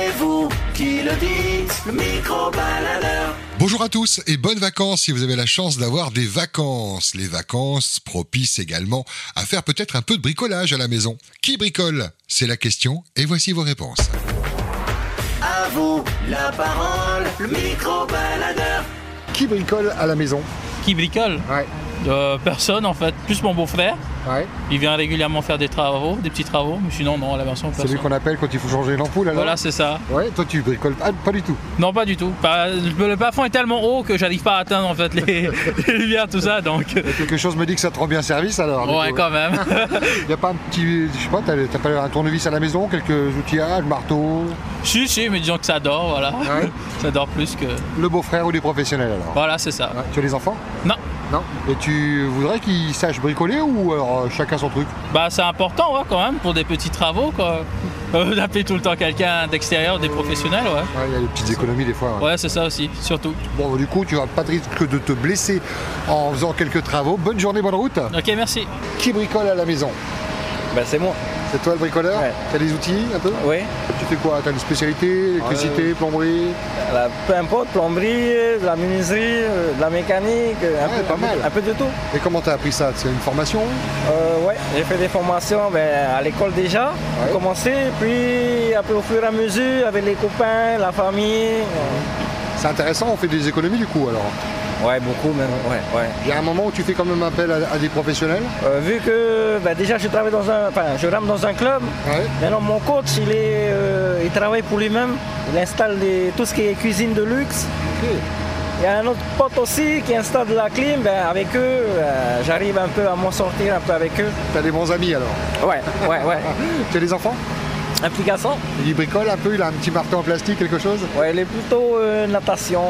C'est vous qui le dites, le micro-baladeur. Bonjour à tous et bonnes vacances si vous avez la chance d'avoir des vacances. Les vacances propices également à faire peut-être un peu de bricolage à la maison. Qui bricole? C'est la question et voici vos réponses. À vous la parole, le micro-baladeur. Qui bricole à la maison? Qui bricole? Ouais. Personne en fait, plus mon beau-frère. Ouais. Il vient régulièrement faire des travaux, des petits travaux, mais sinon non, à la maison C'est personne. lui qu'on appelle quand il faut changer une ampoule alors? Voilà, c'est ça. Ouais, toi tu bricoles pas du tout. Non, pas du tout. Le plafond est tellement haut que j'arrive pas à atteindre en fait les lumières, tout ça, donc. Et quelque chose me dit que ça te rend bien service alors. Ouais, quand même. Y a pas un petit, je sais pas, t'as pas un tournevis à la maison, quelques outillages, marteau? Si, mais disons que ça dort, voilà. Ouais. Ça dort plus que. Le beau-frère ou les professionnels alors? Voilà, c'est ça. Ouais. Tu as des enfants? Non. Non. Et tu voudrais qu'ils sachent bricoler ou alors chacun son truc? Bah, c'est important, ouais, quand même, pour des petits travaux, quoi. D'appeler tout le temps quelqu'un d'extérieur, des professionnels, ouais. Ouais, il y a des petites économies des fois. Ouais, c'est ça aussi, surtout. Bon, du coup, tu n'as pas de risque de te blesser en faisant quelques travaux. Bonne journée, bonne route. Ok, merci. Qui bricole à la maison? Ben, c'est moi. C'est toi le bricoleur? Ouais. T'as des outils un peu? Oui. Tu fais quoi? T'as une spécialité? Électricité, plomberie? Peu importe, plomberie, de la menuiserie, de la mécanique, pas mal. un peu de tout. Et comment t'as appris ça? C'est une formation? Ouais, j'ai fait des formations à l'école déjà, Ouais. pour commencer, puis après au fur et à mesure avec les copains, la famille. C'est intéressant, on fait des économies du coup alors. Ouais, beaucoup même. Ouais. Il y a un moment où tu fais quand même appel à des professionnels? Vu que déjà je travaille je rame dans un club. Ouais. Maintenant mon coach il travaille pour lui-même. Il installe tout ce qui est cuisine de luxe. Ok. Il y a un autre pote aussi qui installe de la clim, avec eux, j'arrive un peu à m'en sortir un peu avec eux. T'as des bons amis alors? Ouais. Tu as des enfants? Un petit garçon. Il bricole un peu, il a un petit marteau en plastique, quelque chose? Ouais, il est plutôt natation,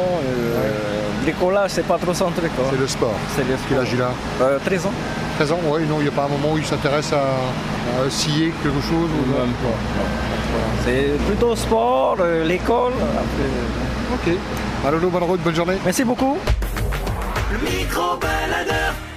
bricolage, c'est pas trop son truc. Quoi. C'est le sport. C'est le Quel âge il a? 13 ans. 13 ans, ouais, non, il n'y a pas un moment où il s'intéresse à scier quelque chose ou Même pas. C'est plutôt sport, l'école. Ok. Alors, bonne route, bonne journée. Merci beaucoup. Le micro-baladeur.